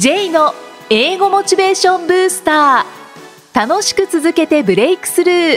J の英語モチベーションブースター。楽しく続けてブレイクスルー。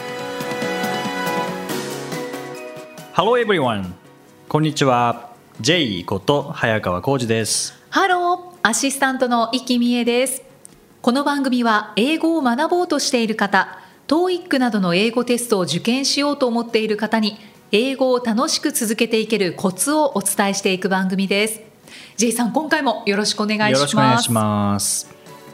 Hello everyone。 こんにちは。 J こと早川浩二です。 ハロー、アシスタントの生きみえです。この番組は英語を学ぼうとしている方、TOEIC などの英語テストを受験しようと思っている方に、英語を楽しく続けていけるコツをお伝えしていく番組です。 J さん、今回もよろしくお願いします。 よろしくお願いします。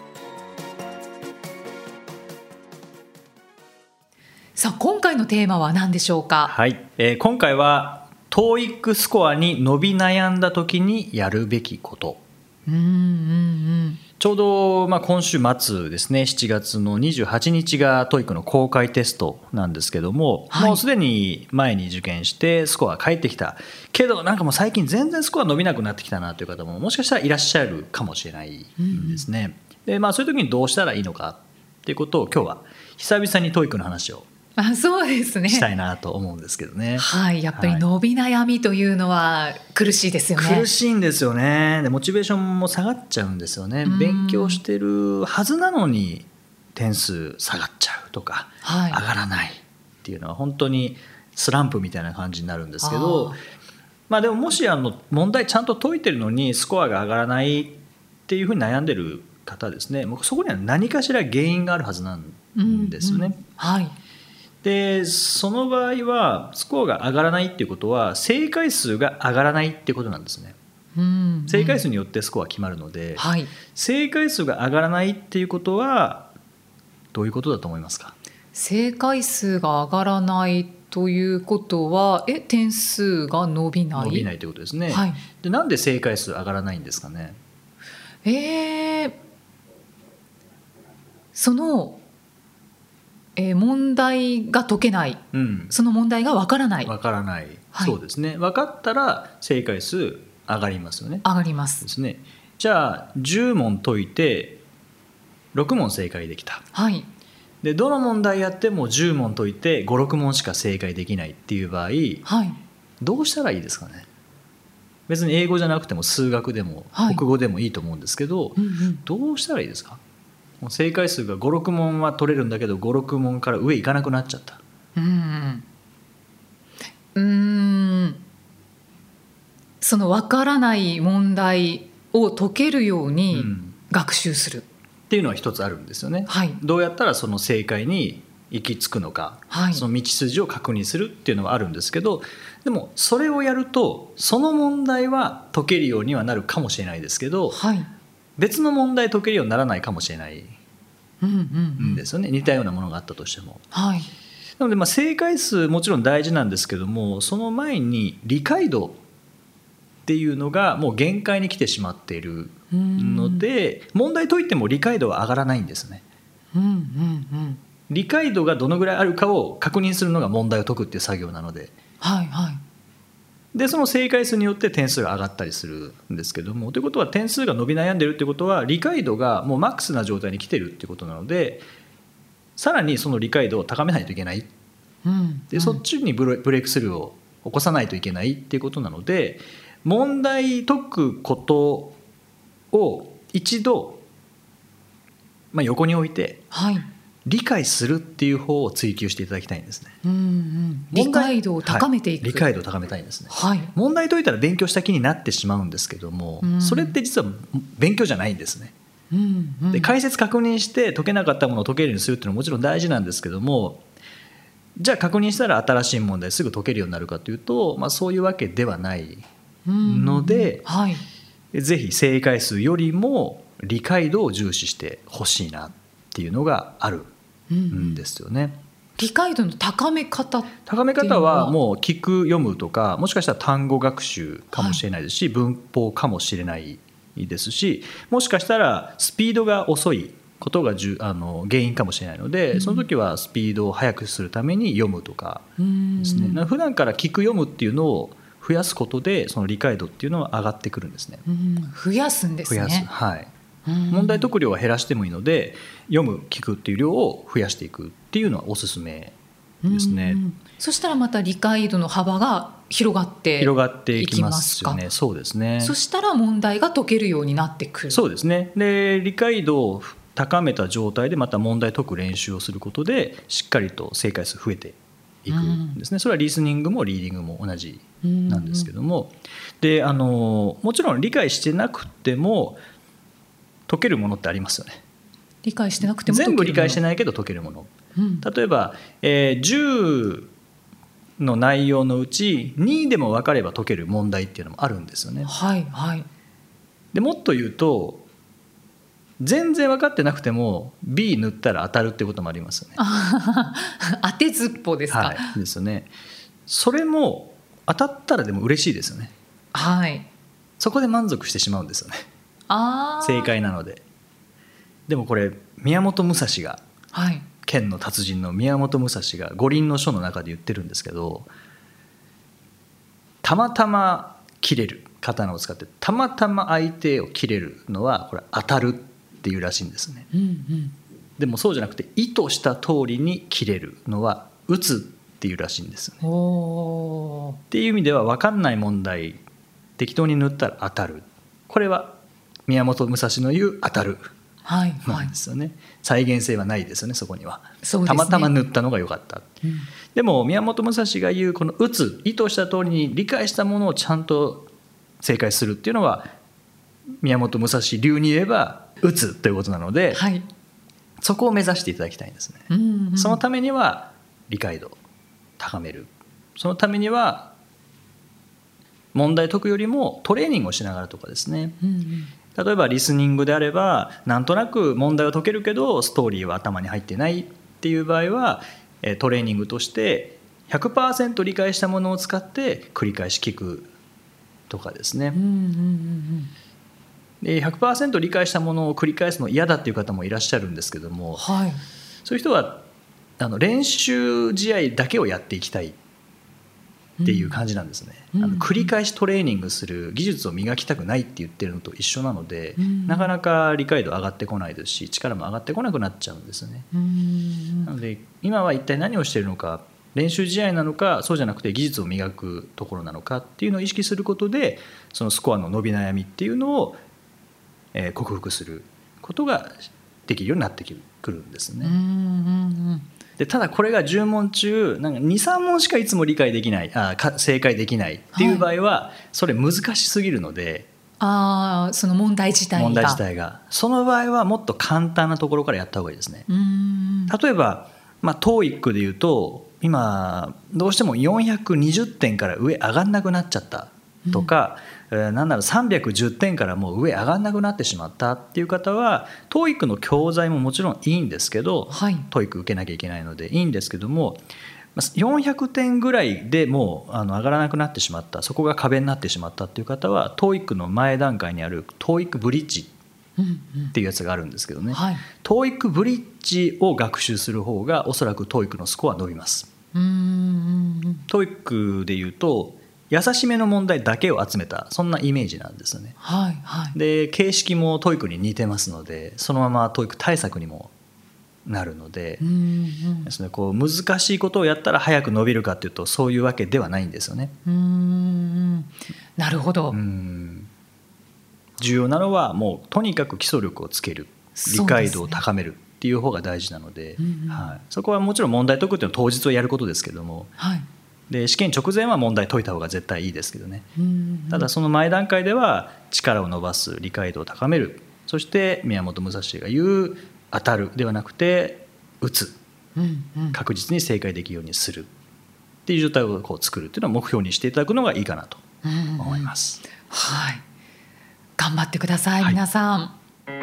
さあ、今回のテーマは何でしょうか。 はい、今回は TOEIC スコアに伸び悩んだ時にやるべきこと。ちょうど今週末ですね、7月の28日が TOEIC の公開テストなんですけども、 はい、 もうすでに前に受験してスコア返ってきたけど、なんかもう最近全然スコア伸びなくなってきたなという方ももしかしたらいらっしゃるかもしれないんですね。で、そういう時にどうしたらいいのかっていうことを今日は久々に TOEIC の話をそうですね、 したいなと思うんですけどね。 はい、やっぱり伸び悩みというのは苦しいですよね。 苦しいんですよね。でモチベーションも下がっちゃうんですよね。勉強してるはずなのに点数下がっちゃうとか、上がらないっていうのは本当にスランプみたいな感じになるんですけど、でももし問題ちゃんと解いてるのにスコアが上がらないっていうふうに悩んでる方ですね、もうそこには何かしら原因があるはずなんですよね。 はい。 でその場合はスコアが上がらないっていうことは正解数が上がらないってことなんですね。正解数によってスコア決まるので、はい、正解数が上がらないっていうことはどういうことだと思いますか？ 正解数が上がらないということは点数が伸びないということですね。 はい、 でなんで正解数上がらないんですかね？ その問題が解けない、その問題がわからない。 わからない、 はい、 そうですね。分かったら正解数上がりますよね。 上がりますですね。じゃあ10問解いて6問正解できた、 はい、 でどの問題やっても10問解いて 5,6 問しか正解できないっていう場合、はい、どうしたらいいですかね？別に英語じゃなくても数学でも国語でもいいと思うんですけど、どうしたらいいですか？正解数が 5,6 問は取れるんだけど 5,6 問から上いかなくなっちゃった。 その分からない問題を解けるように学習する、 っていうのは一つあるんですよね。 はい、 どうやったらその正解に行き着くのか、その道筋を確認するっていうのはあるんですけど、でもそれをやるとその問題は解けるようにはなるかもしれないですけど、別の問題解けるようにならないかもしれないんですよね。似たようなものがあったとしても。なので正解数もちろん大事なんですけども、その前に理解度っていうのがもう限界に来てしまっているので、問題解いても理解度は上がらないんですね。理解度がどのぐらいあるかを確認するのが問題を解くっていう作業なので、でその正解数によって点数が上がったりするんですけども、ということは点数が伸び悩んでるってことは理解度がもうマックスな状態に来てるっていうことなので、さらにその理解度を高めないといけない、でそっちにブレイクスルーを起こさないといけないっていうことなので、問題解くことを一度、横に置いて、理解するっていう方を追求していただきたいんですね。 理解度を高めていく、 理解度を高めたいんですね。問題解いたら勉強した気になってしまうんですけども、それって実は勉強じゃないんですね。で解説確認して解けなかったものを解けるようにするっていうのはもちろん大事なんですけども、じゃあ確認したら新しい問題すぐ解けるようになるかというと、そういうわけではないので、ぜひ正解数よりも理解度を重視してほしいなっていうのがあるんですよね。 理解度の高め方はもう聞く読むとか、もしかしたら単語学習かもしれないですし、文法かもしれないですし、もしかしたらスピードが遅いことが原因かもしれないので、その時はスピードを速くするために読むとかですね。普段から聞く読むっていうのを増やすことでその理解度っていうのは上がってくるんですね。 増やすんですね。 問題解く量は減らしてもいいので、読む聞くっていう量を増やしていくっていうのはおすすめですね。 そしたらまた理解度の幅が広がっていきますよね。そうですね。 そしたら問題が解けるようになってくる。 そうですね。で、理解度を高めた状態でまた問題解く練習をすることでしっかりと正解数増えていくんですね。それはリスニングもリーディングも同じなんですけども、でもちろん理解してなくても解けるものってありますよね。 理解してなくても解けるもの、 全部理解してないけど解けるもの、例えば、10の内容のうち2でも分かれば解ける問題っていうのもあるんですよね。 はいはい。 でもっと言うと全然分かってなくても B 塗ったら当たるっていうこともありますよね。 当てずっぽですか。 はい、ですよね。それも当たったらでも嬉しいですよね。 はい。 そこで満足してしまうんですよね。正解なので。でもこれ宮本武蔵が、はい、剣の達人の宮本武蔵が五輪の書の中で言ってるんですけど、たまたま切れる刀を使ってたまたま相手を切れるのはこれ当たるっていうらしいんですね。でもそうじゃなくて意図した通りに切れるのは打つっていうらしいんですよね。っていう意味では分かんない問題適当に塗ったら当たる、これは宮本武蔵の言う当たるなんですよね。再現性はないですよね、そこには。たまたま塗ったのが良かった、でも宮本武蔵が言うこの打つ、意図した通りに理解したものをちゃんと正解するっていうのは宮本武蔵流に言えば打つということなので、そこを目指していただきたいんですね。そのためには理解度を高める、そのためには問題解くよりもトレーニングをしながらとかですね、例えばリスニングであればなんとなく問題は解けるけどストーリーは頭に入ってないっていう場合はトレーニングとして 100% 理解したものを使って繰り返し聞くとかですね。で 100% 理解したものを繰り返すの嫌だっていう方もいらっしゃるんですけども、そういう人は練習試合だけをやっていきたいっていう感じなんですね。繰り返しトレーニングする技術を磨きたくないって言ってるのと一緒なので、なかなか理解度上がってこないですし力も上がってこなくなっちゃうんですよね。なので今は一体何をしているのか、練習試合なのかそうじゃなくて技術を磨くところなのかっていうのを意識することでそのスコアの伸び悩みっていうのを克服することができるようになってくるんですね。でただこれが10問中なんか 2,3 問しかいつも理解できない正解できないっていう場合はそれ難しすぎるので、 その問題自体がその場合はもっと簡単なところからやった方がいいですね。例えば、TOEIC でいうと今どうしても420点から上上がんなくなっちゃったとか、なんなら310点からもう上上がんなくなってしまったっていう方は TOEIC の教材ももちろんいいんですけど、TOEIC 受けなきゃいけないのでいいんですけども、400点ぐらいでもう上がらなくなってしまった、そこが壁になってしまったっていう方は TOEIC の前段階にある TOEIC ブリッジっていうやつがあるんですけどね、TOEIC ブリッジを学習する方がおそらく TOEIC のスコア伸びます。TOEIC でいうと優しめの問題だけを集めたそんなイメージなんですよね。で形式も TOEIC に似てますのでそのまま TOEIC 対策にもなるので、ですね、こう難しいことをやったら早く伸びるかというとそういうわけではないんですよね。 なるほど。 重要なのはもうとにかく基礎力をつける、理解度を高めるっていう方が大事なので、そこはもちろん問題解くっていうのは当日はやることですけども、で試験直前は問題解いた方が絶対いいですけどね。ただその前段階では力を伸ばす、理解度を高める、そして宮本武蔵が言う当たるではなくて打つ、確実に正解できるようにするっていう状態をこう作るっていうのを目標にしていただくのがいいかなと思います。 頑張ってください、皆さん。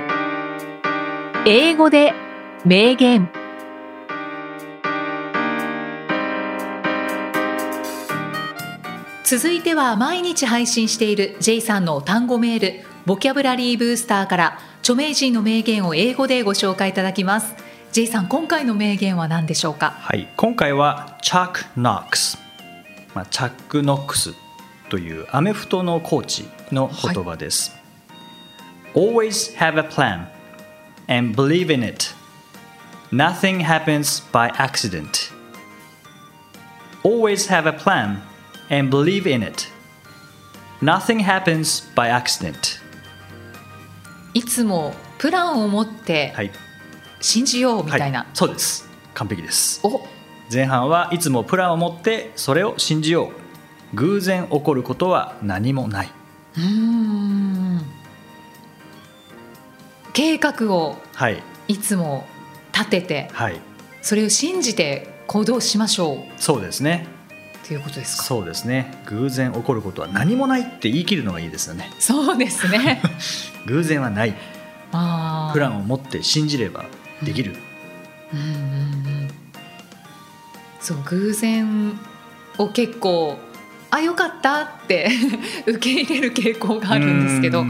英語で名言。続いては毎日配信している J さんの単語メールボキャブラリーブースターから著名人の名言を英語でご紹介いただきます。 J さん、今回の名言は何でしょうか？ 今回はチャック・ノックス、チャック・ノックスというアメフトのコーチの言葉です。Always have a plan and believe in it. Nothing happens by accident. Always have a plan and believe in it. Nothing happens by accident. いつもプランを持って信じようみたいな、 そうです。完璧です。 お、 前半はいつもプランを持ってそれを信じよう。偶然起こることは何もない。 計画をいつも立てて、それを信じて行動しましょう。 そうですね。 ということですか。 そうですね。偶然起こることは何もないって言い切るのがいいですよね。 そうですね。 偶然はない。プランを持って信じればできる。 そう、偶然を結構よかったって受け入れる傾向があるんですけど、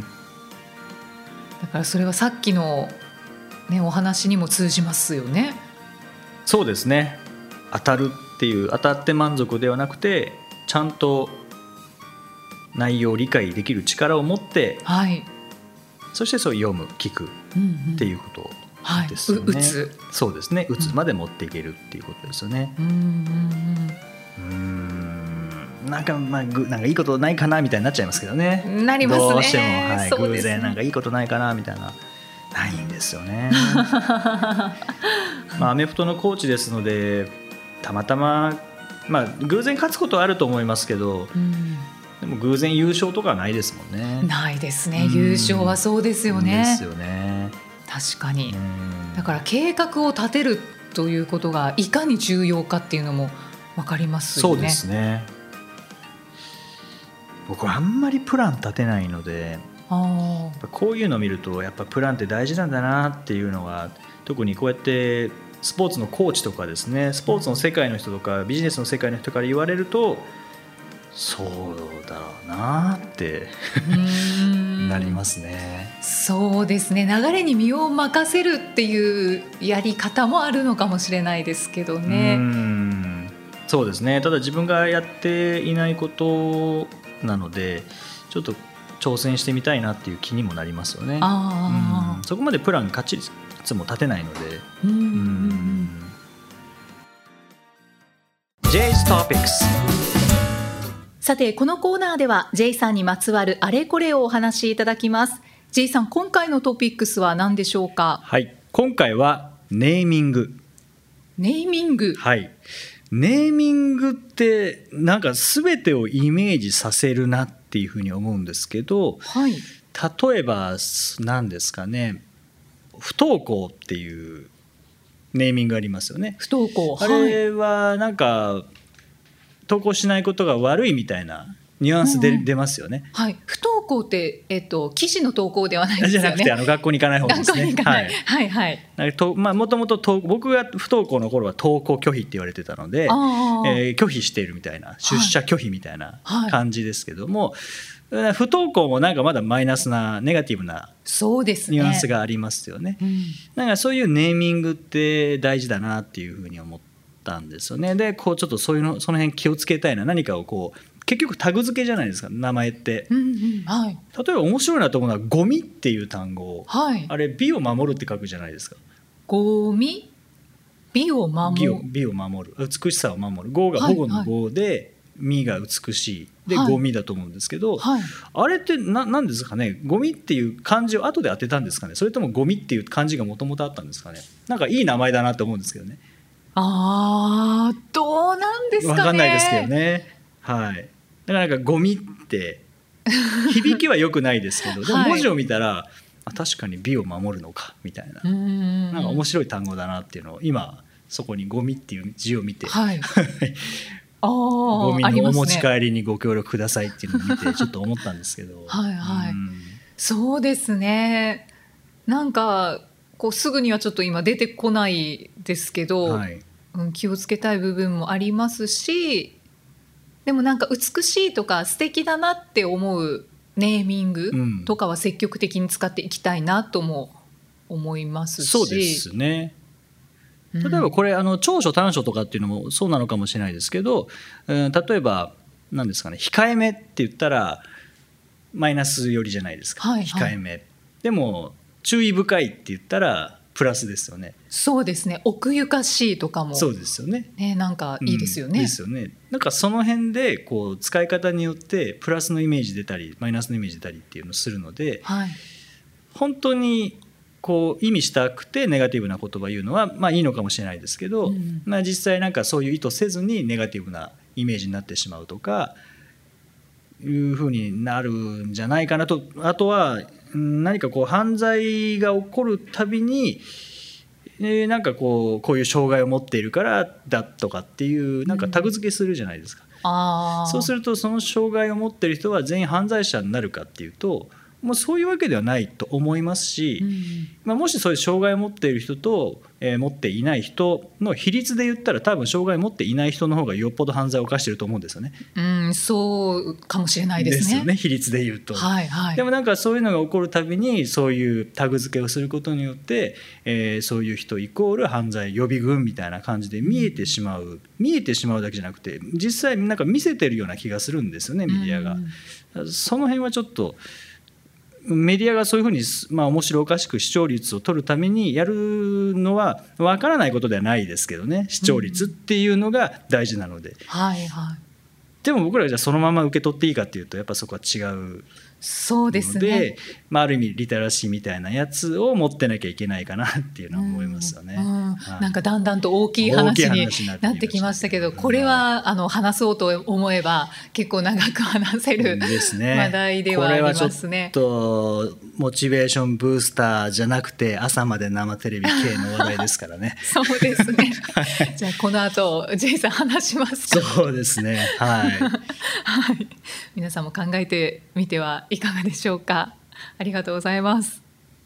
だからそれはさっきの、ね、お話にも通じますよね。 そうですね。当たるっていう当たって満足ではなくて、ちゃんと内容を理解できる力を持って、そしてそう読む聞くっていうことですよね。打つ。そうですね。打つまで持っていけるっていうことですよね。なんかいいことないかなみたいになっちゃいますけどね。 なりますね。 どうしても、偶然なんかいいことないかなみたいな、ないんですよね。アメフトのコーチですので、たまたま、偶然勝つことはあると思いますけど、でも偶然優勝とかはないですもんね。 ないですね。優勝はそうですよね。 ですよね。 確かに。だから計画を立てるということがいかに重要かっていうのも分かりますよね。 そうですね。僕はあんまりプラン立てないので、こういうのを見るとやっぱプランって大事なんだなっていうのが、特にこうやってスポーツのコーチとかですね、スポーツの世界の人とかビジネスの世界の人から言われると、そうだろうなってなりますね。 そうですね。流れに身を任せるっていうやり方もあるのかもしれないですけどね。 そうですね。ただ自分がやっていないことなので、ちょっと挑戦してみたいなっていう気にもなりますよね。そこまでプランかっちりいつも立てないので。J's Topics。 さて、このコーナーでは J さんにまつわるあれこれをお話しいただきます。 J さん、今回のトピックスは何でしょうか？ 今回はネーミング。 ネーミング。 ネーミングってなんか全てをイメージさせるなっていうふうに思うんですけど、例えば何ですかね、不登校っていうネーミングありますよね。 不登校、 あれはなんか登校しないことが悪いみたいなニュアンスで出ますよね。 不登校って、記事の投稿ではないですよね。 じゃなくて学校に行かない方ですね。もともと僕が不登校の頃は登校拒否って言われてたので、拒否しているみたいな、出社拒否みたいな感じですけども、不登校もなんかまだマイナスなネガティブなニュアンスがありますよね。なんかそういうネーミングって大事だなっていうふうに思ったんですよね。で、こうちょっとその辺気をつけたいな、何かをこう結局タグ付けじゃないですか、名前って。例えば面白いなと思うのはゴミっていう単語、あれ美を守るって書くじゃないですか。 ゴミ、美を守る、 美を守る、美しさを守る。語が保護の語で、美が美しいで、ゴミだと思うんですけど、あれって何ですかね。ゴミっていう漢字を後で当てたんですかね、それともゴミっていう漢字がもともとあったんですかね。なんかいい名前だなと思うんですけどね。 どうなんですかね。 分かんないですけどね。だからなんかゴミって響きは良くないですけど、でも文字を見たら、確かに美を守るのかみたいな、なんか面白い単語だなっていうのを今そこにゴミっていう字を見て、ゴミのお持ち帰りにご協力くださいっていうのを見てちょっと思ったんですけどそうですね。なんかこうすぐにはちょっと今出てこないですけど、気をつけたい部分もありますし、でもなんか美しいとか素敵だなって思うネーミングとかは積極的に使っていきたいなとも思いますし。 そうですね。例えばこれ長所短所とかっていうのもそうなのかもしれないですけど、例えば何ですかね、控えめって言ったらマイナス寄りじゃないですか、控えめ。でも注意深いって言ったらプラスですよね。 そうですね、奥ゆかしいとかもそうですよね。 なんかいいですよね。 ですよね。なんかその辺でこう使い方によってプラスのイメージ出たりマイナスのイメージ出たりっていうのをするので、本当にこう意味したくてネガティブな言葉を言うのはまあいいのかもしれないですけど、まあ、実際なんかそういう意図せずにネガティブなイメージになってしまうとかいうふうになるんじゃないかなと。あとは何かこう犯罪が起こるたびになんかこういう障害を持っているからだとかっていうなんかタグ付けするじゃないですか。そうするとその障害を持っている人は全員犯罪者になるかっていうともうそういうわけではないと思いますし、まあ、もしそういう障害を持っている人と、持っていない人の比率で言ったら多分障害を持っていない人の方がよっぽど犯罪を犯していると思うんですよね。 そうかもしれないですね。 ですよね、比率で言うと。でもなんかそういうのが起こるたびにそういうタグ付けをすることによって、そういう人イコール犯罪予備軍みたいな感じで見えてしまうだけじゃなくて実際なんか見せてるような気がするんですよね、メディアが。その辺はちょっとメディアがそういうふうに、まあ、面白おかしく視聴率を取るためにやるのは分からないことではないですけどね、視聴率っていうのが大事なので、でも僕らがじゃあそのまま受け取っていいかっていうとやっぱそこは違う。 そうですね。 まあ、ある意味リテラシーみたいなやつを持ってなきゃいけないかなっていうのは思いますよね。 なんかだんだんと大きい話になってきましたけど、これは話そうと思えば結構長く話せる話題ではありますね。 これはちょっとモチベーションブースターじゃなくて朝まで生テレビ系の話題ですからね。 そうですね。じゃあこの後ジェイさん話しますか。 そうですね、 皆さんも考えてみてはいかがでしょうか。ありがとうございます。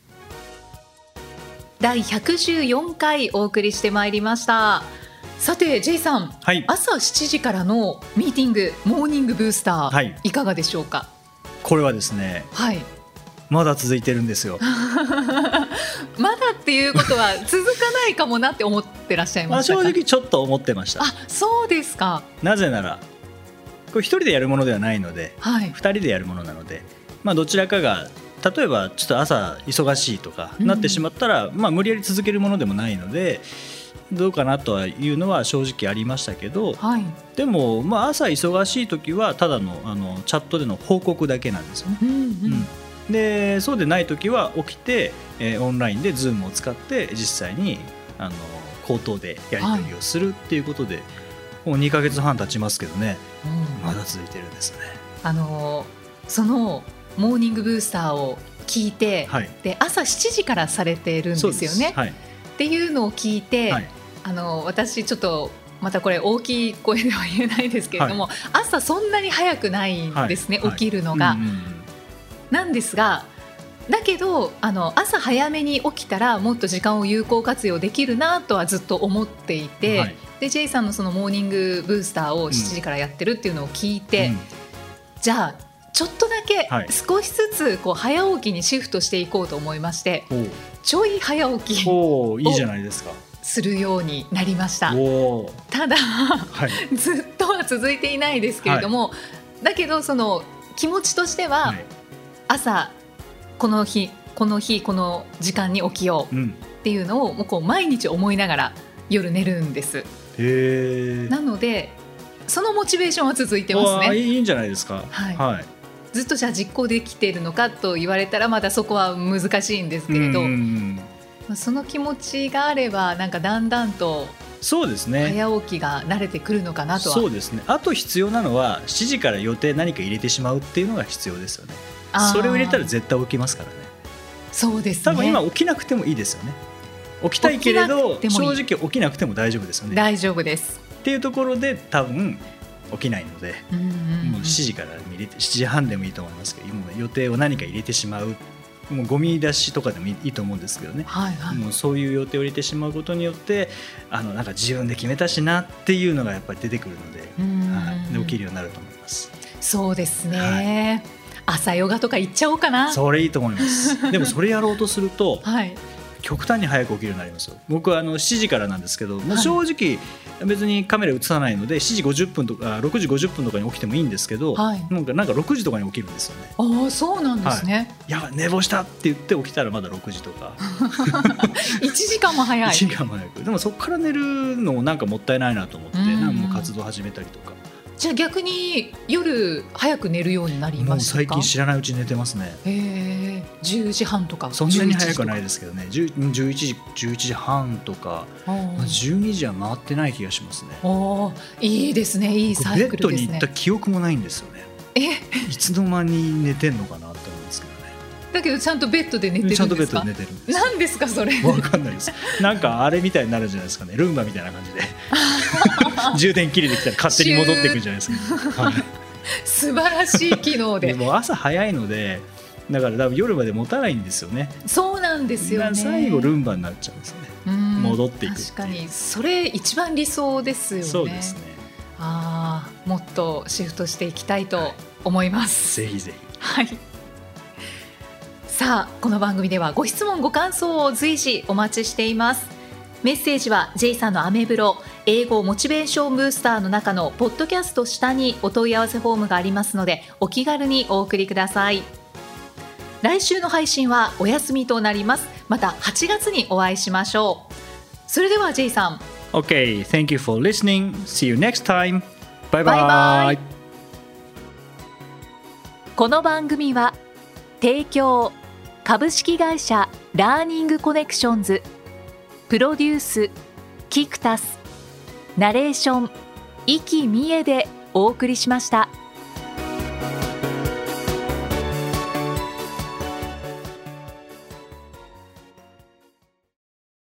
第114回お送りしてまいりました。さて J さん、朝7時からのミーティングモーニングブースター、いかがでしょうか。 これはですね、まだ続いてるんですよ。 まだっていうことは続かないかもなって思ってらっしゃいましたか。 正直ちょっと思ってました。 そうですか。 なぜならこれ一人でやるものではないので、二人でやるものなので、まあ、どちらかが例えばちょっと朝忙しいとかなってしまったら、まあ、無理やり続けるものでもないのでどうかなとはいうのは正直ありましたけど、でも、まあ、朝忙しい時はただの、チャットでの報告だけなんですよね。でそうでない時は起きて、オンラインで Zoom を使って実際に口頭でやり取りをするっていうことで、もう2ヶ月半経ちますけどね、まだ続いてるんですね。 そのモーニングブースターを聞いて、で朝7時からされてるんですよね。っていうのを聞いて、私ちょっとまたこれ大きい声では言えないですけれども、朝そんなに早くないんですね、起きるのが。なんですがだけど朝早めに起きたらもっと時間を有効活用できるなとはずっと思っていて、で J さんのそのモーニングブースターを7時からやってるっていうのを聞いて、じゃあちょっとだけ少しずつこう早起きにシフトしていこうと思いまして、ちょい早起きをいいじゃないですかするようになりました。ただ、ずっとは続いていないですけれども、だけどその気持ちとしては、朝この日この時間に起きようっていうのをもうこう毎日思いながら夜寝るんです。なのでそのモチベーションは続いてますね。 いいんじゃないですか。 ずっとじゃあ実行できているのかと言われたらまだそこは難しいんですけれど、その気持ちがあればなんかだんだんと早起きが慣れてくるのかなとは。 そうですね。あと必要なのは7時から予定何か入れてしまうっていうのが必要ですよね。それを入れたら絶対起きますからね。 そうですね。 多分今起きなくてもいいですよね。起きたいけれど正直起きなくても大丈夫ですよね。 大丈夫ですっていうところで多分起きないので、もう7時から入れて7時半でもいいと思いますけど、もう予定を何か入れてしまう、もうゴミ出しとかでもいいと思うんですけどね、もうそういう予定を入れてしまうことによってなんか自分で決めたしなっていうのがやっぱり出てくるので、で起きるようになると思います。 そうですね、朝ヨガとか行っちゃおうかな。 それいいと思います。でもそれやろうとすると、 極端に早く起きるようになりますよ。僕は7時からなんですけど、もう正直別にカメラ映さないので7時50分とか6時50分とかに起きてもいいんですけど、なんか6時とかに起きるんですよね。 ああ、そうなんですね。 やばい寝坊したって言って起きたらまだ6時とか 1時間も早い。 1時間も早く。でもそこから寝るのもなんかもったいないなと思って、なんかもう活動始めたりとか。 じゃあ逆に夜早く寝るようになりましたか？ もう最近知らないうちに寝てますね。 10時半とか。 そんなに早くはないですけどね。11時半とか12時は回ってない気がしますね。 いいですね、いいサイクルですね。 ベッドに行った記憶もないんですよね。いつの間に寝てんのかなって思うんですけどね。だけどちゃんとベッドで寝てるんですか？ ちゃんとベッドで寝てるんです。 何ですかそれ？ わかんないです。なんかあれみたいになるんじゃないですかね。ルンバみたいな感じで充電切れてきたら勝手に戻っていくんじゃないですか、 素晴らしい機能で。 でも朝早いので、だから多分夜まで持たないんですよね。 そうなんですよね。 最後ルンバになっちゃうんですね。戻っていくっていう。 確かにそれ一番理想ですよね。 そうですね。 もっとシフトしていきたいと思います、 ぜひぜひ。 はい。さあ、この番組ではご質問ご感想を随時お待ちしています。メッセージは J さんのアメブロ英語モチベーションブースターの中のポッドキャスト下にお問い合わせフォームがありますので、お気軽にお送りください。来週の配信はお休みとなります。また8月にお会いしましょう。それでは J さん。 Okay, thank you for listening. See you next time. Bye bye. この番組は提供株式会社ラーニングコネクションズ、プロデュースキクタス、ナレーション生きみえでお送りしました。